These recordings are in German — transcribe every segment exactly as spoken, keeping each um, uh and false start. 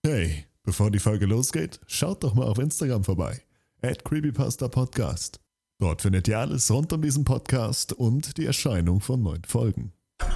Hey, bevor die Folge losgeht, schaut doch mal auf Instagram vorbei. at creepypastapodcast. Dort findet ihr alles rund um diesen Podcast und die Erscheinung von neuen Folgen.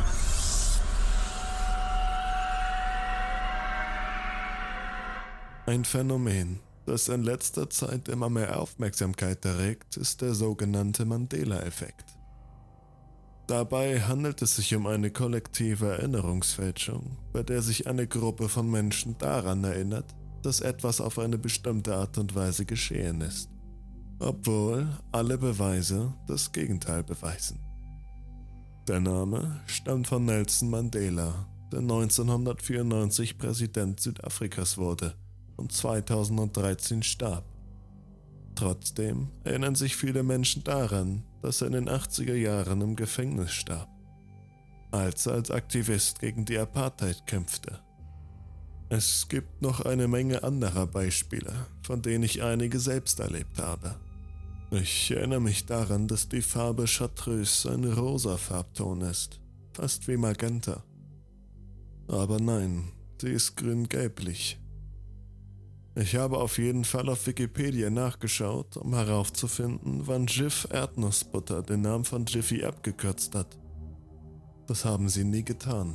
Ein Phänomen, das in letzter Zeit immer mehr Aufmerksamkeit erregt, ist der sogenannte Mandela-Effekt. Dabei handelt es sich um eine kollektive Erinnerungsfälschung, bei der sich eine Gruppe von Menschen daran erinnert, dass etwas auf eine bestimmte Art und Weise geschehen ist, obwohl alle Beweise das Gegenteil beweisen. Der Name stammt von Nelson Mandela, der neunzehnhundertvierundneunzig Präsident Südafrikas wurde und zweitausenddreizehn starb. Trotzdem erinnern sich viele Menschen daran, dass er in den achtziger Jahren im Gefängnis starb, als er als Aktivist gegen die Apartheid kämpfte. Es gibt noch eine Menge anderer Beispiele, von denen ich einige selbst erlebt habe. Ich erinnere mich daran, dass die Farbe Chartreuse ein rosa Farbton ist, fast wie Magenta. Aber nein, sie ist grün-gelblich. Ich habe auf jeden Fall auf Wikipedia nachgeschaut, um herauszufinden, wann Jif Erdnussbutter den Namen von Jiffy abgekürzt hat. Das haben sie nie getan.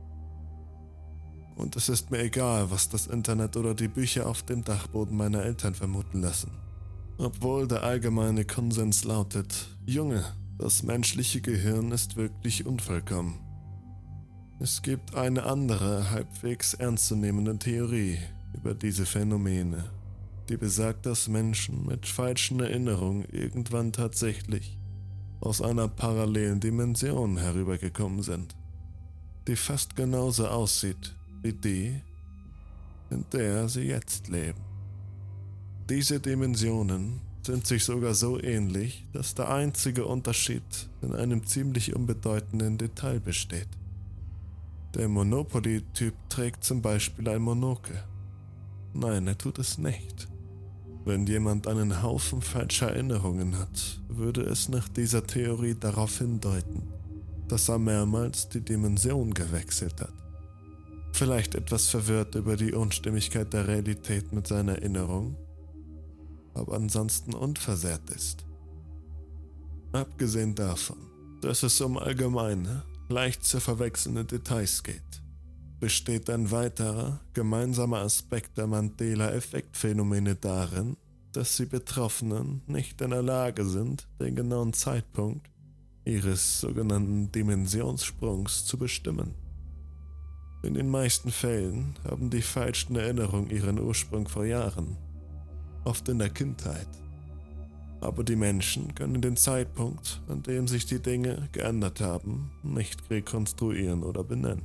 Und es ist mir egal, was das Internet oder die Bücher auf dem Dachboden meiner Eltern vermuten lassen. Obwohl der allgemeine Konsens lautet, Junge, das menschliche Gehirn ist wirklich unvollkommen. Es gibt eine andere, halbwegs ernstzunehmende Theorie über diese Phänomene, die besagt, dass Menschen mit falschen Erinnerungen irgendwann tatsächlich aus einer parallelen Dimension herübergekommen sind, die fast genauso aussieht wie die, in der sie jetzt leben. Diese Dimensionen sind sich sogar so ähnlich, dass der einzige Unterschied in einem ziemlich unbedeutenden Detail besteht. Der Monopoly-Typ trägt zum Beispiel ein Monokel. Nein, er tut es nicht. Wenn jemand einen Haufen falscher Erinnerungen hat, würde es nach dieser Theorie darauf hindeuten, dass er mehrmals die Dimension gewechselt hat. Vielleicht etwas verwirrt über die Unstimmigkeit der Realität mit seiner Erinnerung, aber ansonsten unversehrt ist. Abgesehen davon, dass es um allgemeine, leicht zu verwechselnde Details geht, besteht ein weiterer, gemeinsamer Aspekt der Mandela-Effekt-Phänomene darin, dass die Betroffenen nicht in der Lage sind, den genauen Zeitpunkt ihres sogenannten Dimensionssprungs zu bestimmen. In den meisten Fällen haben die falschen Erinnerungen ihren Ursprung vor Jahren, oft in der Kindheit. Aber die Menschen können den Zeitpunkt, an dem sich die Dinge geändert haben, nicht rekonstruieren oder benennen.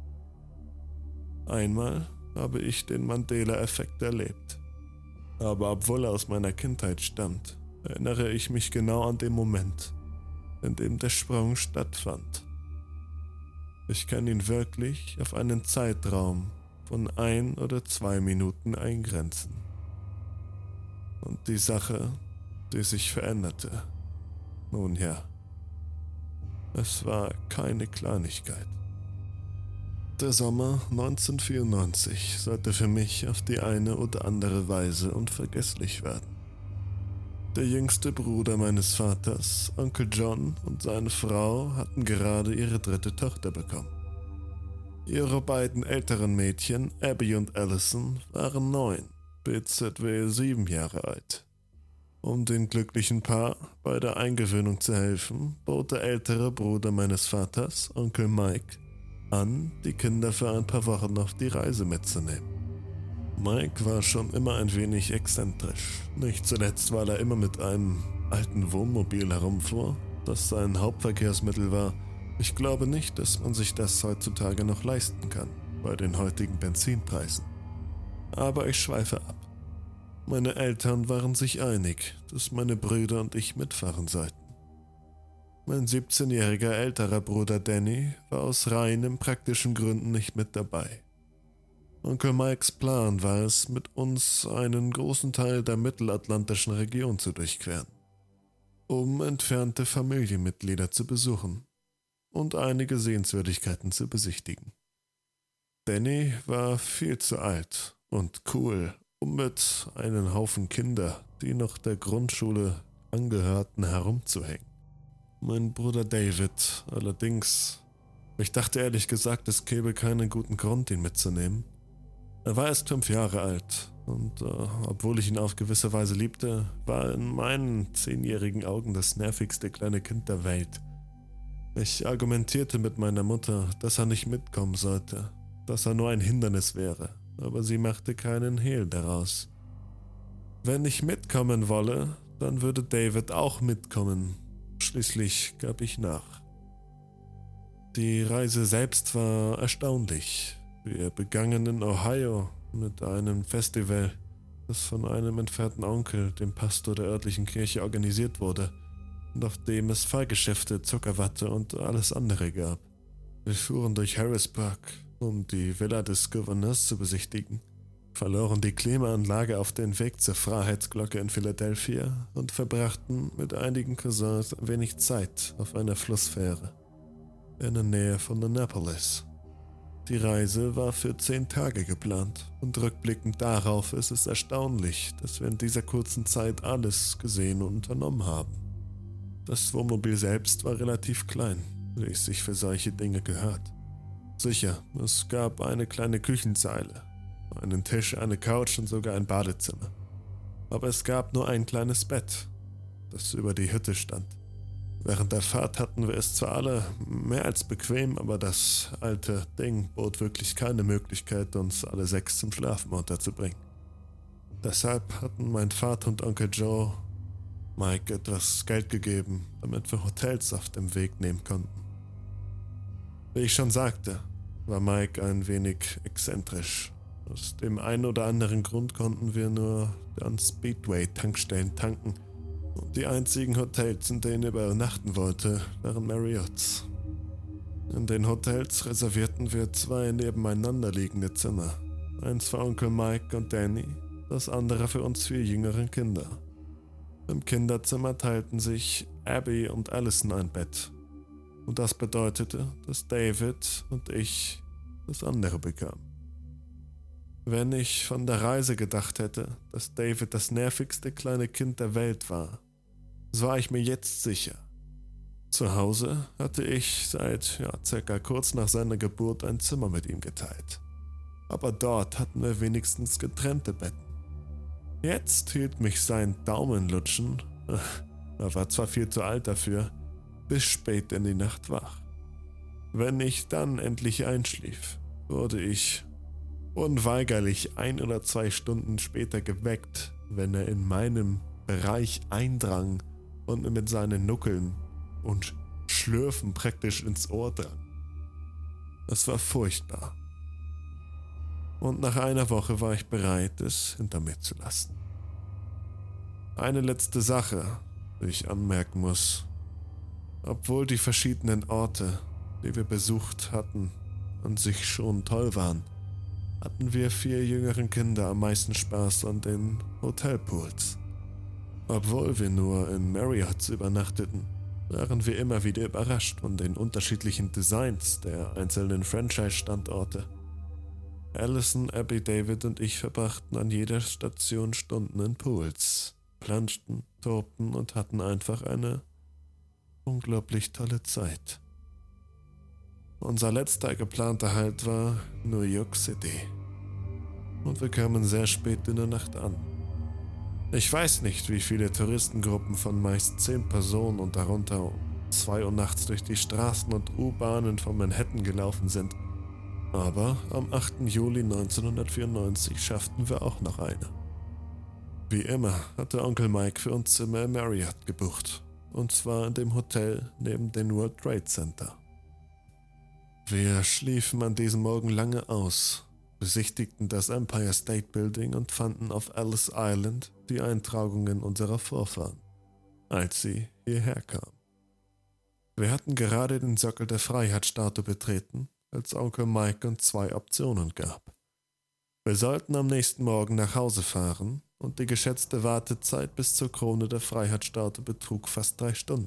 Einmal habe ich den Mandela-Effekt erlebt, aber obwohl er aus meiner Kindheit stammt, erinnere ich mich genau an den Moment, in dem der Sprung stattfand. Ich kann ihn wirklich auf einen Zeitraum von ein oder zwei Minuten eingrenzen. Und die Sache, die sich veränderte, nun ja, es war keine Kleinigkeit. Der Sommer neunzehnhundertvierundneunzig sollte für mich auf die eine oder andere Weise unvergesslich werden. Der jüngste Bruder meines Vaters, Onkel John, und seine Frau hatten gerade ihre dritte Tochter bekommen. Ihre beiden älteren Mädchen, Abby und Allison, waren neun, bis etwa sieben Jahre alt. Um dem glücklichen Paar bei der Eingewöhnung zu helfen, bot der ältere Bruder meines Vaters, Onkel Mike, an, die Kinder für ein paar Wochen auf die Reise mitzunehmen. Mike war schon immer ein wenig exzentrisch, nicht zuletzt, weil er immer mit einem alten Wohnmobil herumfuhr, das sein Hauptverkehrsmittel war. Ich glaube nicht, dass man sich das heutzutage noch leisten kann, bei den heutigen Benzinpreisen. Aber ich schweife ab. Meine Eltern waren sich einig, dass meine Brüder und ich mitfahren sollten. Mein siebzehnjähriger älterer Bruder Danny war aus reinen praktischen Gründen nicht mit dabei. Onkel Mikes Plan war es, mit uns einen großen Teil der mittelatlantischen Region zu durchqueren, um entfernte Familienmitglieder zu besuchen und einige Sehenswürdigkeiten zu besichtigen. Danny war viel zu alt, und cool um mit einem Haufen Kinder, die noch der Grundschule angehörten, herumzuhängen. Mein Bruder David allerdings, ich dachte ehrlich gesagt, es gäbe keinen guten Grund, ihn mitzunehmen. Er war erst fünf Jahre alt und äh, obwohl ich ihn auf gewisse Weise liebte, war er in meinen zehnjährigen Augen das nervigste kleine Kind der Welt. Ich argumentierte mit meiner Mutter, dass er nicht mitkommen sollte, dass er nur ein Hindernis wäre, aber sie machte keinen Hehl daraus. Wenn ich mitkommen wolle, dann würde David auch mitkommen. Schließlich gab ich nach. Die Reise selbst war erstaunlich. Wir begannen in Ohio mit einem Festival, das von einem entfernten Onkel, dem Pastor der örtlichen Kirche, organisiert wurde und auf dem es Fahrgeschäfte, Zuckerwatte und alles andere gab. Wir fuhren durch Harrisburg, um die Villa des Gouverneurs zu besichtigen, verloren die Klimaanlage auf den Weg zur Freiheitsglocke in Philadelphia und verbrachten mit einigen Cousins wenig Zeit auf einer Flussfähre in der Nähe von Annapolis. Die Reise war für zehn Tage geplant und rückblickend darauf ist es erstaunlich, dass wir in dieser kurzen Zeit alles gesehen und unternommen haben. Das Wohnmobil selbst war relativ klein, wie es sich für solche Dinge gehört. Sicher, es gab eine kleine Küchenzeile, einen Tisch, eine Couch und sogar ein Badezimmer. Aber es gab nur ein kleines Bett, das über die Hütte stand. Während der Fahrt hatten wir es zwar alle mehr als bequem, aber das alte Ding bot wirklich keine Möglichkeit, uns alle sechs zum Schlafen unterzubringen. Deshalb hatten mein Vater und Onkel Joe Mike etwas Geld gegeben, damit wir Hotels auf dem Weg nehmen konnten. Wie ich schon sagte, war Mike ein wenig exzentrisch. Aus dem einen oder anderen Grund konnten wir nur an Speedway-Tankstellen tanken und die einzigen Hotels, in denen er übernachten wollte, waren Marriotts. In den Hotels reservierten wir zwei nebeneinander liegende Zimmer. Eins für Onkel Mike und Danny, das andere für uns vier jüngeren Kinder. Im Kinderzimmer teilten sich Abby und Allison ein Bett. Und das bedeutete, dass David und ich das andere bekamen. Wenn ich von der Reise gedacht hätte, dass David das nervigste kleine Kind der Welt war, so war ich mir jetzt sicher. Zu Hause hatte ich seit ja, circa kurz nach seiner Geburt ein Zimmer mit ihm geteilt. Aber dort hatten wir wenigstens getrennte Betten. Jetzt hielt mich sein Daumenlutschen, er war zwar viel zu alt dafür, bis spät in die Nacht wach. Wenn ich dann endlich einschlief, wurde ich unweigerlich ein oder zwei Stunden später geweckt, wenn er in meinem Bereich eindrang und mir mit seinen Nuckeln und Schlürfen praktisch ins Ohr drang. Es war furchtbar. Und nach einer Woche war ich bereit, es hinter mir zu lassen. Eine letzte Sache, die ich anmerken muss. Obwohl die verschiedenen Orte, die wir besucht hatten, an sich schon toll waren, hatten wir vier jüngeren Kinder am meisten Spaß an den Hotelpools. Obwohl wir nur in Marriotts übernachteten, waren wir immer wieder überrascht von den unterschiedlichen Designs der einzelnen Franchise-Standorte. Allison, Abby, David und ich verbrachten an jeder Station Stunden in Pools, planschten, tobten und hatten einfach eine unglaublich tolle Zeit. Unser letzter geplanter Halt war New York City. Und wir kamen sehr spät in der Nacht an. Ich weiß nicht, wie viele Touristengruppen von meist zehn Personen und darunter um zwei Uhr nachts durch die Straßen und U-Bahnen von Manhattan gelaufen sind. Aber am achten Juli neunzehnhundertvierundneunzig schafften wir auch noch eine. Wie immer hatte Onkel Mike für uns Zimmer im Marriott gebucht. Und zwar in dem Hotel neben dem World Trade Center. Wir schliefen an diesem Morgen lange aus, besichtigten das Empire State Building und fanden auf Ellis Island die Eintragungen unserer Vorfahren, als sie hierher kamen. Wir hatten gerade den Sockel der Freiheitsstatue betreten, als Onkel Mike uns zwei Optionen gab. Wir sollten am nächsten Morgen nach Hause fahren und die geschätzte Wartezeit bis zur Krone der Freiheitsstatue betrug fast drei Stunden.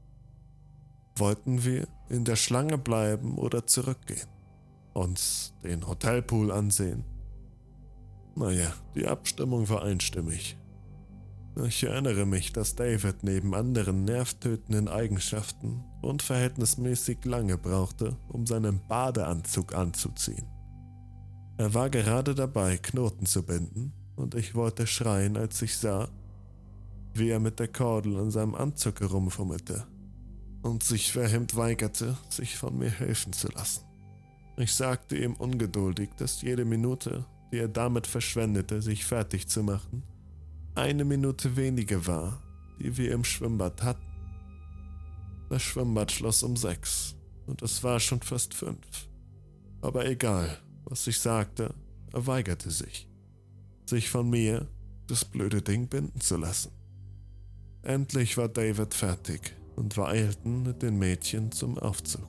Wollten wir in der Schlange bleiben oder zurückgehen, uns den Hotelpool ansehen? Naja, die Abstimmung war einstimmig. Ich erinnere mich, dass David neben anderen nervtötenden Eigenschaften unverhältnismäßig lange brauchte, um seinen Badeanzug anzuziehen. Er war gerade dabei, Knoten zu binden, und ich wollte schreien, als ich sah, wie er mit der Kordel an seinem Anzug herumfummelte und sich vehement weigerte, sich von mir helfen zu lassen. Ich sagte ihm ungeduldig, dass jede Minute, die er damit verschwendete, sich fertig zu machen, eine Minute weniger war, die wir im Schwimmbad hatten. Das Schwimmbad schloss um sechs und es war schon fast fünf. Aber egal, was ich sagte, er weigerte sich, sich von mir, das blöde Ding, binden zu lassen. Endlich war David fertig und wir eilten mit den Mädchen zum Aufzug.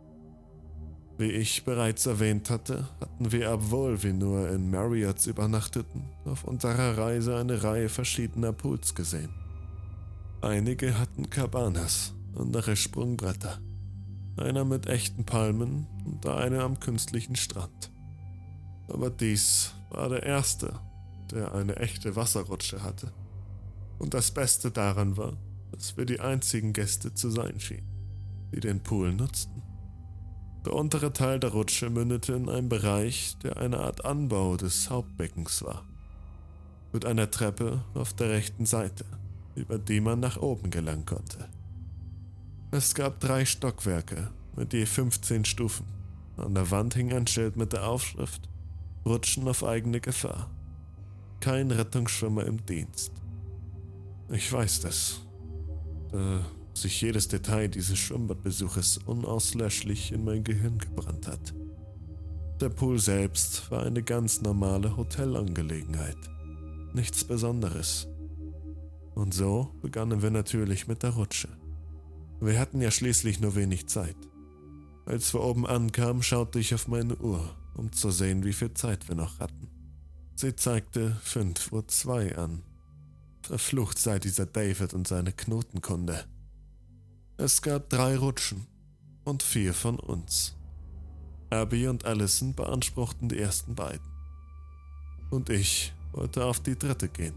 Wie ich bereits erwähnt hatte, hatten wir, obwohl wir nur in Marriotts übernachteten, auf unserer Reise eine Reihe verschiedener Pools gesehen. Einige hatten Cabanas, andere Sprungbretter, einer mit echten Palmen und einer am künstlichen Strand. Aber dies war der erste, der eine echte Wasserrutsche hatte. Und das Beste daran war, dass wir die einzigen Gäste zu sein schienen, die den Pool nutzten. Der untere Teil der Rutsche mündete in einen Bereich, der eine Art Anbau des Hauptbeckens war, mit einer Treppe auf der rechten Seite, über die man nach oben gelangen konnte. Es gab drei Stockwerke mit je fünfzehn Stufen. An der Wand hing ein Schild mit der Aufschrift »Rutschen auf eigene Gefahr«. Kein Rettungsschwimmer im Dienst. Ich weiß das, da sich jedes Detail dieses Schwimmbadbesuches unauslöschlich in mein Gehirn gebrannt hat. Der Pool selbst war eine ganz normale Hotelangelegenheit. Nichts Besonderes. Und so begannen wir natürlich mit der Rutsche. Wir hatten ja schließlich nur wenig Zeit. Als wir oben ankamen, schaute ich auf meine Uhr, um zu sehen, wie viel Zeit wir noch hatten. Sie zeigte fünf Uhr zwei an. Verflucht sei dieser David und seine Knotenkunde. Es gab drei Rutschen und vier von uns. Abby und Allison beanspruchten die ersten beiden. Und ich wollte auf die dritte gehen.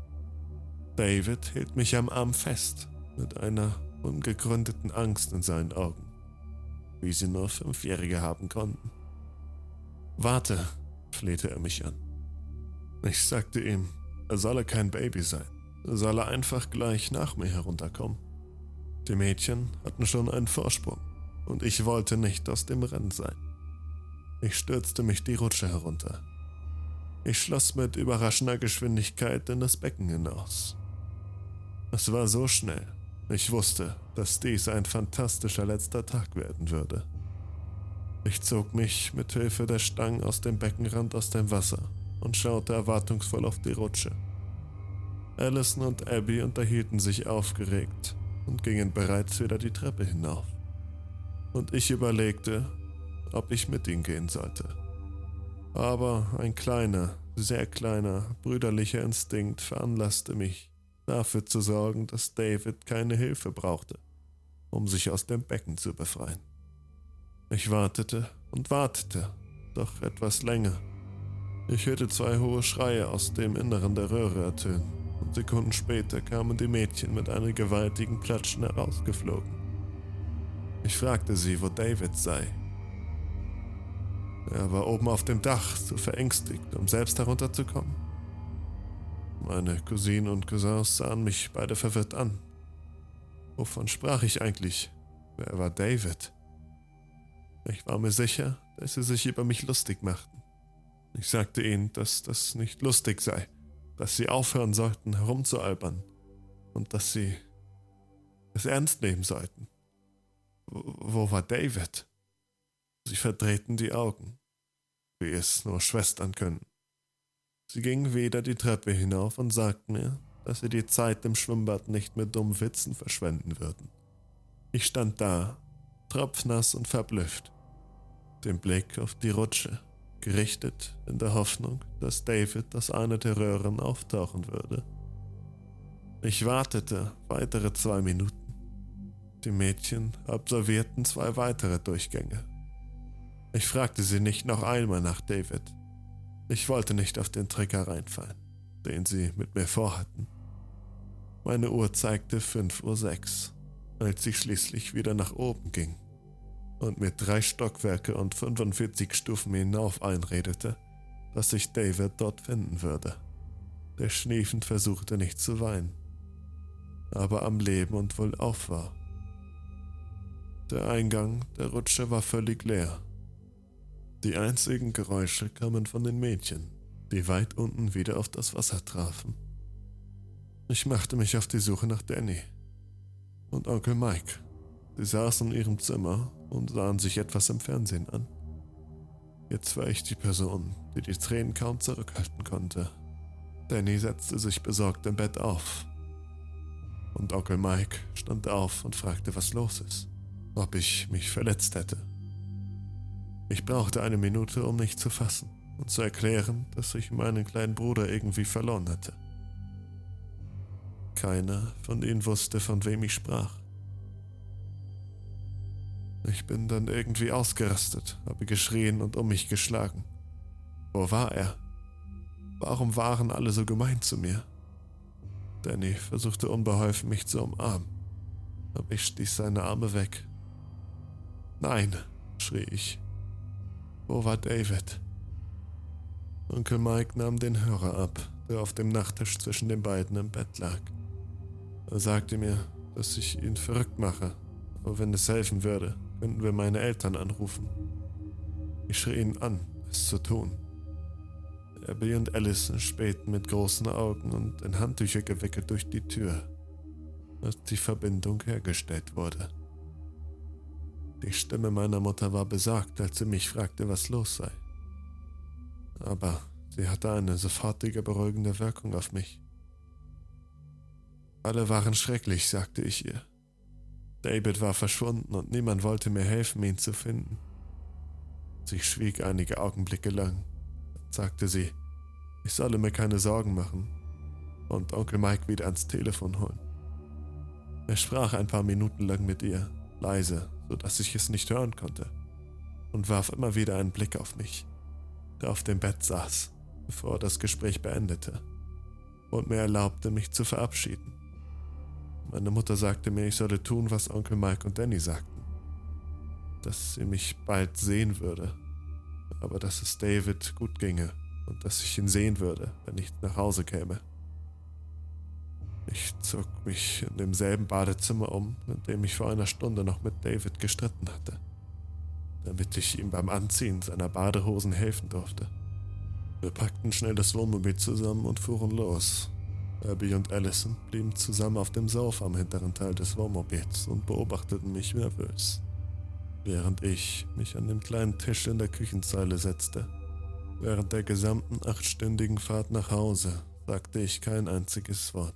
David hielt mich am Arm fest, mit einer ungegründeten Angst in seinen Augen, wie sie nur Fünfjährige haben konnten. »Warte«, flehte er mich an. Ich sagte ihm, er solle kein Baby sein, er solle einfach gleich nach mir herunterkommen. Die Mädchen hatten schon einen Vorsprung und ich wollte nicht aus dem Rennen sein. Ich stürzte mich die Rutsche herunter. Ich schloss mit überraschender Geschwindigkeit in das Becken hinaus. Es war so schnell, ich wusste, dass dies ein fantastischer letzter Tag werden würde. Ich zog mich mit Hilfe der Stangen aus dem Beckenrand aus dem Wasser und schaute erwartungsvoll auf die Rutsche. Allison und Abby unterhielten sich aufgeregt und gingen bereits wieder die Treppe hinauf. Und ich überlegte, ob ich mit ihnen gehen sollte. Aber ein kleiner, sehr kleiner, brüderlicher Instinkt veranlasste mich, dafür zu sorgen, dass David keine Hilfe brauchte, um sich aus dem Becken zu befreien. Ich wartete und wartete, doch etwas länger. Ich hörte zwei hohe Schreie aus dem Inneren der Röhre ertönen. Und Sekunden später kamen die Mädchen mit einem gewaltigen Platschen herausgeflogen. Ich fragte sie, wo David sei. Er war oben auf dem Dach, zu verängstigt, um selbst herunterzukommen. Meine Cousinen und Cousins sahen mich beide verwirrt an. Wovon sprach ich eigentlich? Wer war David? Ich war mir sicher, dass sie sich über mich lustig machten. Ich sagte ihnen, dass das nicht lustig sei, dass sie aufhören sollten, herumzualbern und dass sie es ernst nehmen sollten. Wo war David? Sie verdrehten die Augen, wie es nur Schwestern können. Sie gingen wieder die Treppe hinauf und sagten mir, dass sie die Zeit im Schwimmbad nicht mit dummen Witzen verschwenden würden. Ich stand da, tropfnass und verblüfft, den Blick auf die Rutsche gerichtet in der Hoffnung, dass David aus einer der Röhren auftauchen würde. Ich wartete weitere zwei Minuten. Die Mädchen absolvierten zwei weitere Durchgänge. Ich fragte sie nicht noch einmal nach David. Ich wollte nicht auf den Trigger reinfallen, den sie mit mir vorhatten. Meine Uhr zeigte fünf Uhr sechs, als ich schließlich wieder nach oben ging und mir drei Stockwerke und fünfundvierzig Stufen hinauf einredete, dass ich David dort finden würde, der schniefend versuchte nicht zu weinen, aber am Leben und wohlauf war. Der Eingang der Rutsche war völlig leer. Die einzigen Geräusche kamen von den Mädchen, die weit unten wieder auf das Wasser trafen. Ich machte mich auf die Suche nach Danny und Onkel Mike. Sie saßen in ihrem Zimmer und sahen sich etwas im Fernsehen an. Jetzt war ich die Person, die die Tränen kaum zurückhalten konnte. Danny setzte sich besorgt im Bett auf. Und Onkel Mike stand auf und fragte, was los ist, ob ich mich verletzt hätte. Ich brauchte eine Minute, um mich zu fassen und zu erklären, dass ich meinen kleinen Bruder irgendwie verloren hatte. Keiner von ihnen wusste, von wem ich sprach. Ich bin dann irgendwie ausgerastet, habe geschrien und um mich geschlagen. Wo war er? Warum waren alle so gemein zu mir? Danny versuchte unbeholfen, mich zu umarmen, aber ich stieß seine Arme weg. Nein, schrie ich. Wo war David? Onkel Mike nahm den Hörer ab, der auf dem Nachttisch zwischen den beiden im Bett lag. Er sagte mir, dass ich ihn verrückt mache, aber wenn es helfen würde, könnten wir meine Eltern anrufen. Ich schrie ihn an, es zu tun. Abby und Allison spähten mit großen Augen und in Handtücher gewickelt durch die Tür, als die Verbindung hergestellt wurde. Die Stimme meiner Mutter war besagt, als sie mich fragte, was los sei. Aber sie hatte eine sofortige beruhigende Wirkung auf mich. Alle waren schrecklich, sagte ich ihr. David war verschwunden und niemand wollte mir helfen, ihn zu finden. Sie schwieg einige Augenblicke lang. Dann sagte sie, ich solle mir keine Sorgen machen und Onkel Mike wieder ans Telefon holen. Er sprach ein paar Minuten lang mit ihr, leise, sodass ich es nicht hören konnte, und warf immer wieder einen Blick auf mich, der auf dem Bett saß, bevor er das Gespräch beendete und mir erlaubte, mich zu verabschieden. Meine Mutter sagte mir, ich solle tun, was Onkel Mike und Danny sagten, dass sie mich bald sehen würde, aber dass es David gut ginge und dass ich ihn sehen würde, wenn ich nach Hause käme. Ich zog mich in demselben Badezimmer um, in dem ich vor einer Stunde noch mit David gestritten hatte, damit ich ihm beim Anziehen seiner Badehosen helfen durfte. Wir packten schnell das Wohnmobil zusammen und fuhren los. Abby und Allison blieben zusammen auf dem Sofa am hinteren Teil des Wohnmobils und beobachteten mich nervös, während ich mich an den kleinen Tisch in der Küchenzeile setzte. Während der gesamten achtstündigen Fahrt nach Hause sagte ich kein einziges Wort.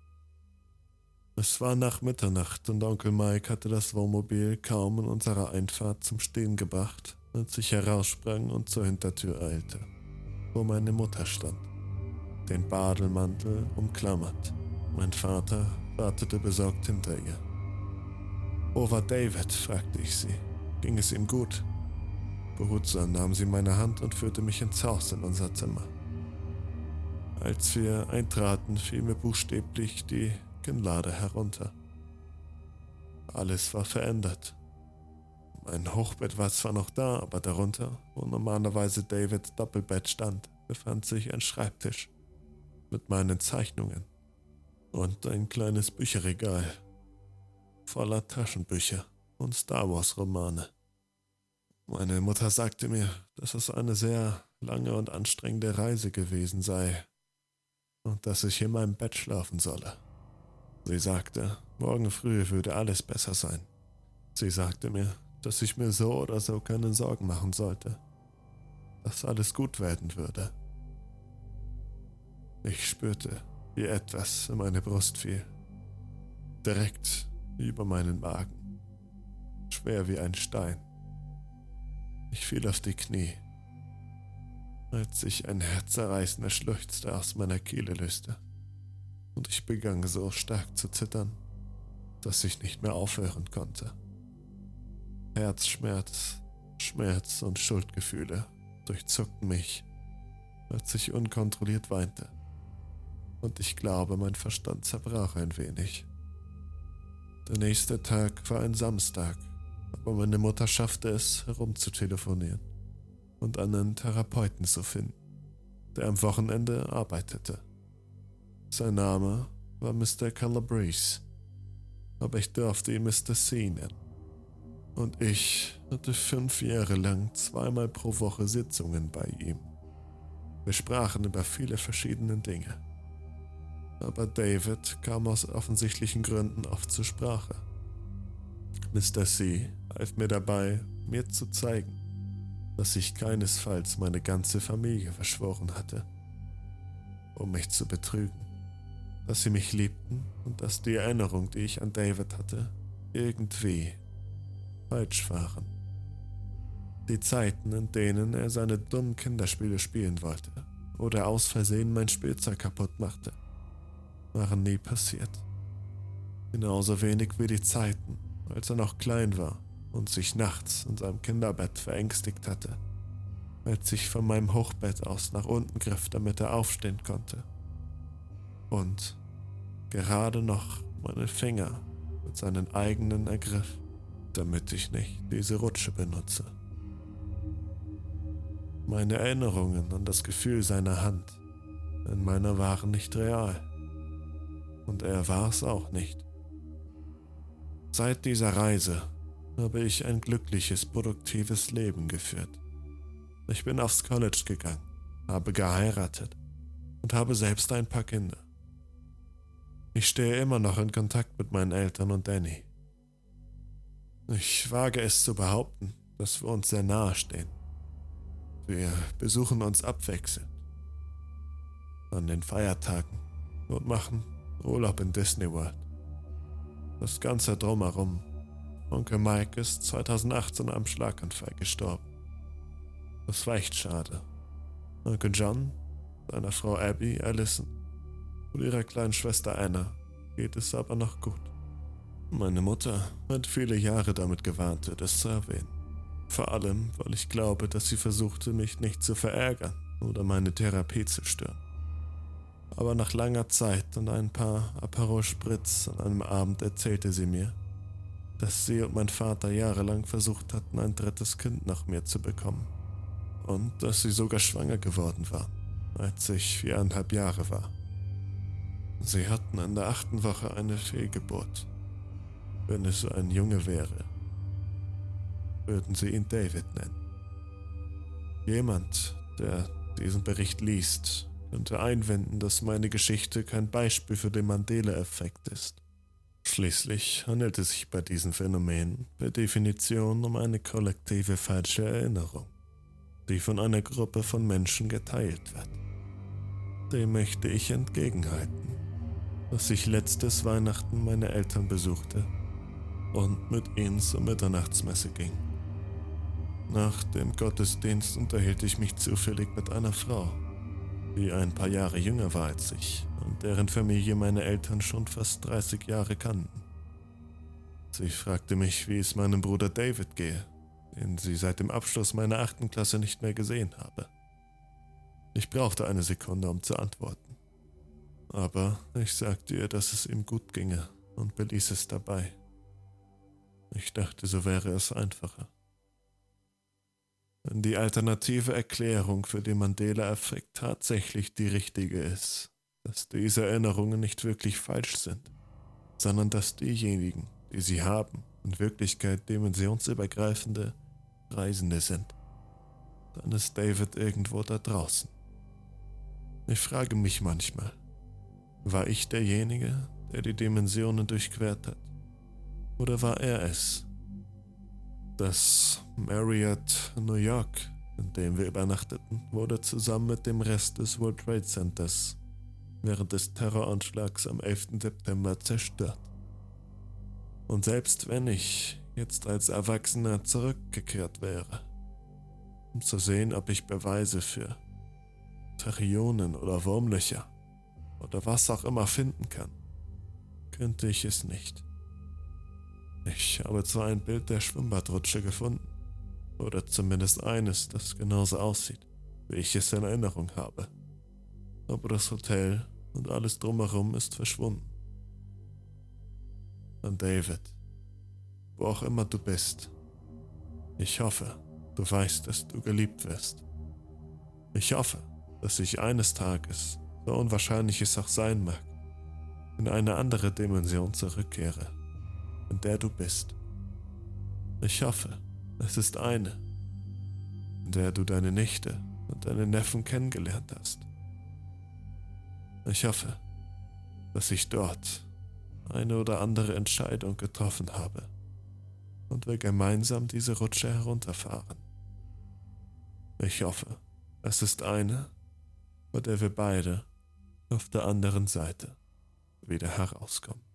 Es war nach Mitternacht und Onkel Mike hatte das Wohnmobil kaum in unserer Einfahrt zum Stehen gebracht, als ich heraussprang und zur Hintertür eilte, wo meine Mutter stand, den Bademantel umklammert. Mein Vater wartete besorgt hinter ihr. »Wo war David?« fragte ich sie. »Ging es ihm gut?« Behutsam nahm sie meine Hand und führte mich ins Haus in unser Zimmer. Als wir eintraten, fiel mir buchstäblich die Kinnlade herunter. Alles war verändert. Mein Hochbett war zwar noch da, aber darunter, wo normalerweise Davids Doppelbett stand, befand sich ein Schreibtisch mit meinen Zeichnungen und ein kleines Bücherregal voller Taschenbücher und Star Wars Romane. Meine Mutter sagte mir, dass es eine sehr lange und anstrengende Reise gewesen sei und dass ich in meinem Bett schlafen solle. Sie sagte, morgen früh würde alles besser sein. Sie sagte mir, dass ich mir so oder so keine Sorgen machen sollte, dass alles gut werden würde. Ich spürte, wie etwas in meine Brust fiel, direkt über meinen Magen, schwer wie ein Stein. Ich fiel auf die Knie, als sich ein herzzerreißender Schluchzer aus meiner Kehle löste, und ich begann so stark zu zittern, dass ich nicht mehr aufhören konnte. Herzschmerz, Schmerz und Schuldgefühle durchzuckten mich, als ich unkontrolliert weinte. Und ich glaube, mein Verstand zerbrach ein wenig. Der nächste Tag war ein Samstag, aber meine Mutter schaffte es, herumzutelefonieren und einen Therapeuten zu finden, der am Wochenende arbeitete. Sein Name war Mister Calabrese, aber ich durfte ihn Mister C nennen. Und ich hatte fünf Jahre lang zweimal pro Woche Sitzungen bei ihm. Wir sprachen über viele verschiedene Dinge. Aber David kam aus offensichtlichen Gründen oft zur Sprache. Mister C half mir dabei, mir zu zeigen, dass ich keinesfalls meine ganze Familie verschworen hatte, um mich zu betrügen, dass sie mich liebten und dass die Erinnerung, die ich an David hatte, irgendwie falsch waren. Die Zeiten, in denen er seine dummen Kinderspiele spielen wollte oder aus Versehen mein Spielzeug kaputt machte, waren nie passiert. Genauso wenig wie die Zeiten, als er noch klein war und sich nachts in seinem Kinderbett verängstigt hatte, als ich von meinem Hochbett aus nach unten griff, damit er aufstehen konnte. Und gerade noch meine Finger mit seinen eigenen ergriff, damit ich nicht diese Rutsche benutze. Meine Erinnerungen an das Gefühl seiner Hand in meiner waren nicht real. Und er war es auch nicht. Seit dieser Reise habe ich ein glückliches, produktives Leben geführt. Ich bin aufs College gegangen, habe geheiratet und habe selbst ein paar Kinder. Ich stehe immer noch in Kontakt mit meinen Eltern und Danny. Ich wage es zu behaupten, dass wir uns sehr nahe stehen. Wir besuchen uns abwechselnd an den Feiertagen und machen Urlaub in Disney World. Das Ganze drumherum. Onkel Mike ist zweitausendachtzehn am Schlaganfall gestorben. Das war echt schade. Onkel John, seiner Frau Abby, Allison und ihrer kleinen Schwester Anna geht es aber noch gut. Meine Mutter hat viele Jahre damit gewarnt, es zu erwähnen. Vor allem, weil ich glaube, dass sie versuchte, mich nicht zu verärgern oder meine Therapie zu stören. Aber nach langer Zeit und ein paar Aperol Spritz an einem Abend erzählte sie mir, dass sie und mein Vater jahrelang versucht hatten, ein drittes Kind nach mir zu bekommen. Und dass sie sogar schwanger geworden war, als ich viereinhalb Jahre war. Sie hatten in der achten Woche eine Fehlgeburt. Wenn es ein Junge wäre, würden sie ihn David nennen. Jemand, der diesen Bericht liest, könnte einwenden, dass meine Geschichte kein Beispiel für den Mandela-Effekt ist. Schließlich handelt es sich bei diesem Phänomen per Definition um eine kollektive falsche Erinnerung, die von einer Gruppe von Menschen geteilt wird. Dem möchte ich entgegenhalten, dass ich letztes Weihnachten meine Eltern besuchte und mit ihnen zur Mitternachtsmesse ging. Nach dem Gottesdienst unterhielt ich mich zufällig mit einer Frau, die ein paar Jahre jünger war als ich und deren Familie meine Eltern schon fast dreißig Jahre kannten. Sie fragte mich, wie es meinem Bruder David gehe, den sie seit dem Abschluss meiner achten Klasse nicht mehr gesehen habe. Ich brauchte eine Sekunde, um zu antworten. Aber ich sagte ihr, dass es ihm gut ginge und beließ es dabei. Ich dachte, so wäre es einfacher. Wenn die alternative Erklärung für den Mandela-Effekt tatsächlich die richtige ist, dass diese Erinnerungen nicht wirklich falsch sind, sondern dass diejenigen, die sie haben, in Wirklichkeit dimensionsübergreifende Reisende sind, dann ist David irgendwo da draußen. Ich frage mich manchmal, war ich derjenige, der die Dimensionen durchquert hat? Oder war er es? Das Marriott New York, in dem wir übernachteten, wurde zusammen mit dem Rest des World Trade Centers während des Terroranschlags am elften September zerstört. Und selbst wenn ich jetzt als Erwachsener zurückgekehrt wäre, um zu sehen, ob ich Beweise für Tachyonen oder Wurmlöcher oder was auch immer finden kann, könnte ich es nicht. Ich habe zwar ein Bild der Schwimmbadrutsche gefunden, oder zumindest eines, das genauso aussieht, wie ich es in Erinnerung habe. Aber das Hotel und alles drumherum ist verschwunden. Und David, wo auch immer du bist, ich hoffe, du weißt, dass du geliebt wirst. Ich hoffe, dass ich eines Tages, so unwahrscheinlich es auch sein mag, in eine andere Dimension zurückkehre, in der du bist. Ich hoffe, es ist eine, in der du deine Nichte und deine Neffen kennengelernt hast. Ich hoffe, dass ich dort eine oder andere Entscheidung getroffen habe und wir gemeinsam diese Rutsche herunterfahren. Ich hoffe, es ist eine, bei der wir beide auf der anderen Seite wieder herauskommen.